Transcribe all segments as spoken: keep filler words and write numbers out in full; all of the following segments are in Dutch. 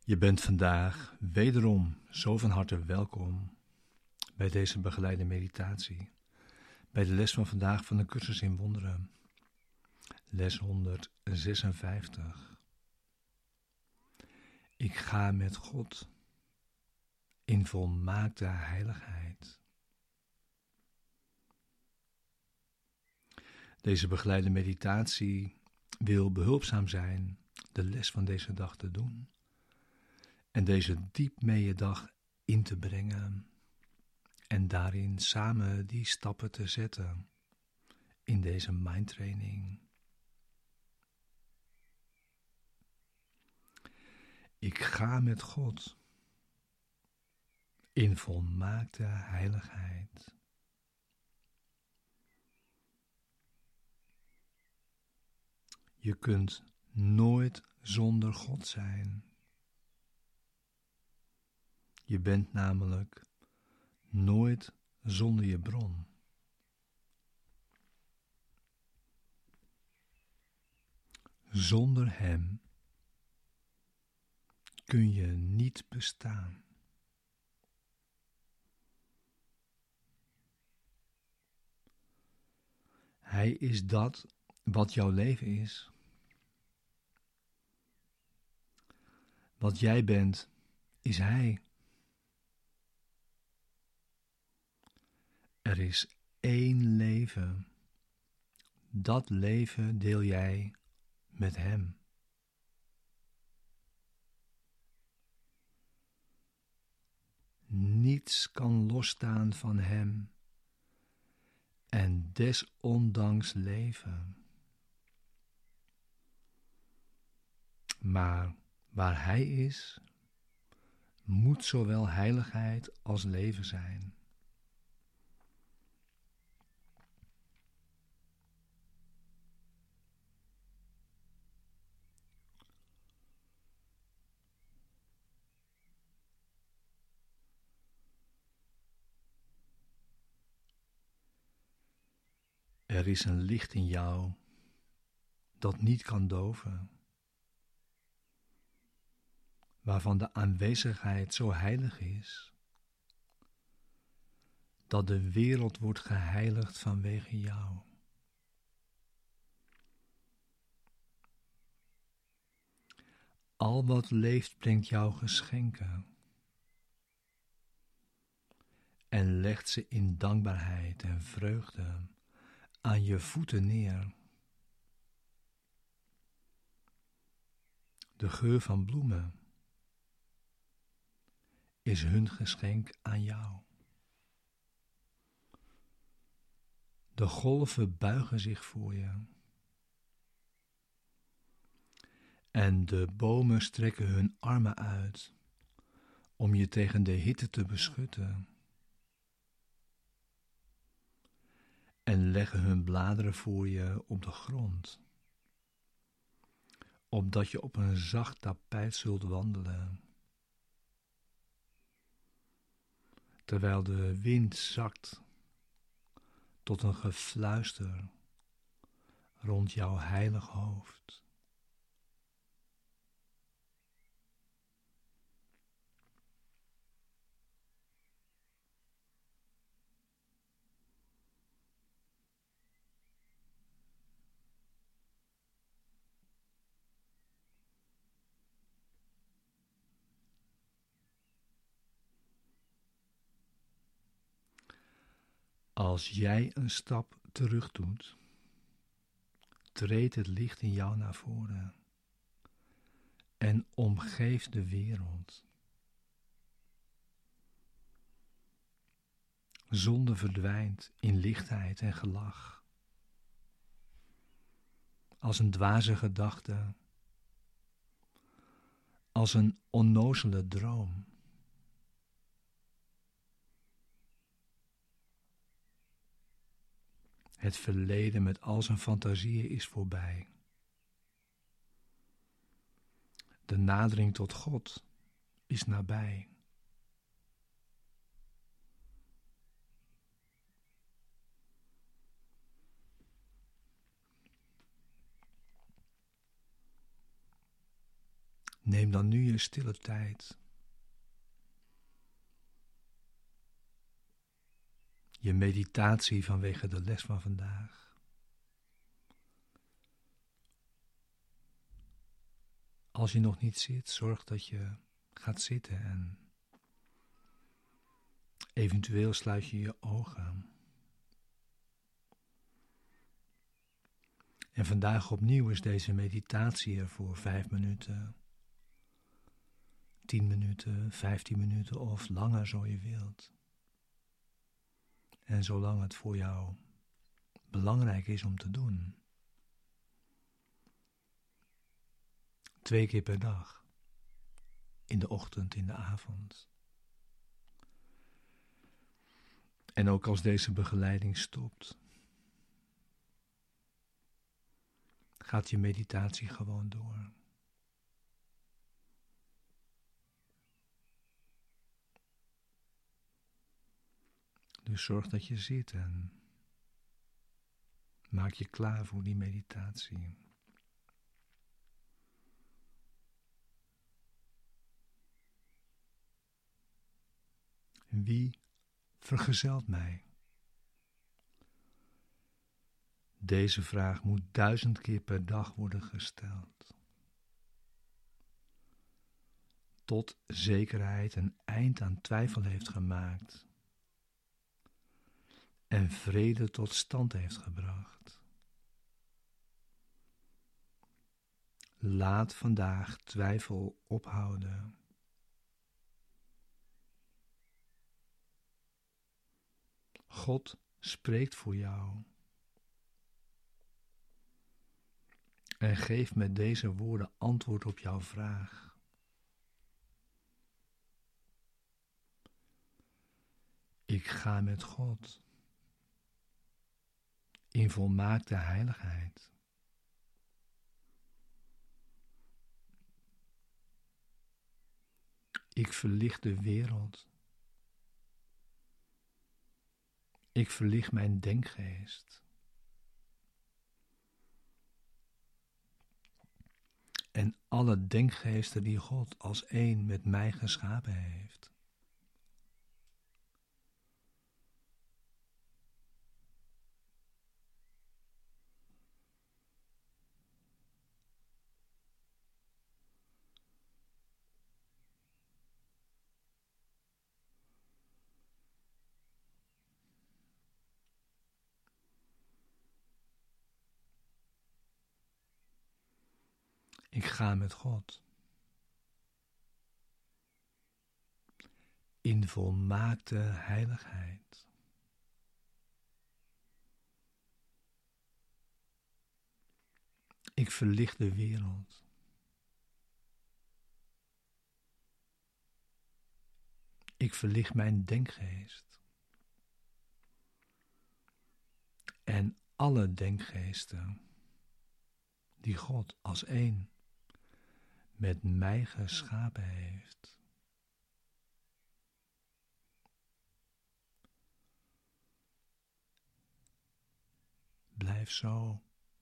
Je bent vandaag wederom zo van harte welkom bij deze begeleide meditatie, bij de les van vandaag van de cursus in wonderen, les honderdzesenvijftig. Ik ga met God in volmaakte heiligheid. Deze begeleide meditatie wil behulpzaam zijn de les van deze dag te doen en deze diep mee je dag in te brengen en daarin samen die stappen te zetten in deze mindtraining. Ik ga met God in volmaakte heiligheid. Je kunt nooit zonder God zijn. Je bent namelijk nooit zonder je bron. Zonder Hem kun je niet bestaan. Hij is dat wat jouw leven is. Wat jij bent, is Hij. Er is één leven. Dat leven deel jij met Hem. Niets kan losstaan van Hem en desondanks leven. Maar waar Hij is, moet zowel heiligheid als leven zijn. Er is een licht in jou dat niet kan doven, waarvan de aanwezigheid zo heilig is, dat de wereld wordt geheiligd vanwege jou. Al wat leeft brengt jou geschenken en legt ze in dankbaarheid en vreugde aan je voeten neer. De geur van bloemen is hun geschenk aan jou. De golven buigen zich voor je. En de bomen strekken hun armen uit om je tegen de hitte te beschutten. En leggen hun bladeren voor je op de grond, opdat je op een zacht tapijt zult wandelen. Terwijl de wind zakt tot een gefluister rond jouw heilig hoofd. Als jij een stap terug doet, treedt het licht in jou naar voren en omgeeft de wereld. Zonde verdwijnt in lichtheid en gelach, als een dwaze gedachte, als een onnozele droom. Het verleden met al zijn fantasieën is voorbij. De nadering tot God is nabij. Neem dan nu je stille tijd. Je meditatie vanwege de les van vandaag. Als je nog niet zit, zorg dat je gaat zitten en eventueel sluit je je ogen. En vandaag opnieuw is deze meditatie er voor vijf minuten, tien minuten, vijftien minuten of langer zo je wilt. En zolang het voor jou belangrijk is om te doen. Twee keer per dag. In de ochtend, in de avond. En ook als deze begeleiding stopt, gaat je meditatie gewoon door. Dus zorg dat je zit en maak je klaar voor die meditatie. Wie vergezelt mij? Deze vraag moet duizend keer per dag worden gesteld. Tot zekerheid een eind aan twijfel heeft gemaakt. En vrede tot stand heeft gebracht. Laat vandaag twijfel ophouden. God spreekt voor jou. En geef met deze woorden antwoord op jouw vraag. Ik ga met God in volmaakte heiligheid. Ik verlicht de wereld. Ik verlicht mijn denkgeest. En alle denkgeesten die God als één met mij geschapen heeft. Ik ga met God in volmaakte heiligheid. Ik verlicht de wereld. Ik verlicht mijn denkgeest. En alle denkgeesten die God als één met mij geschapen heeft. Blijf zo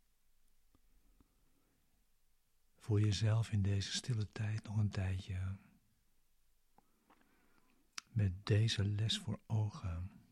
voor jezelf in deze stille tijd nog een tijdje met deze les voor ogen.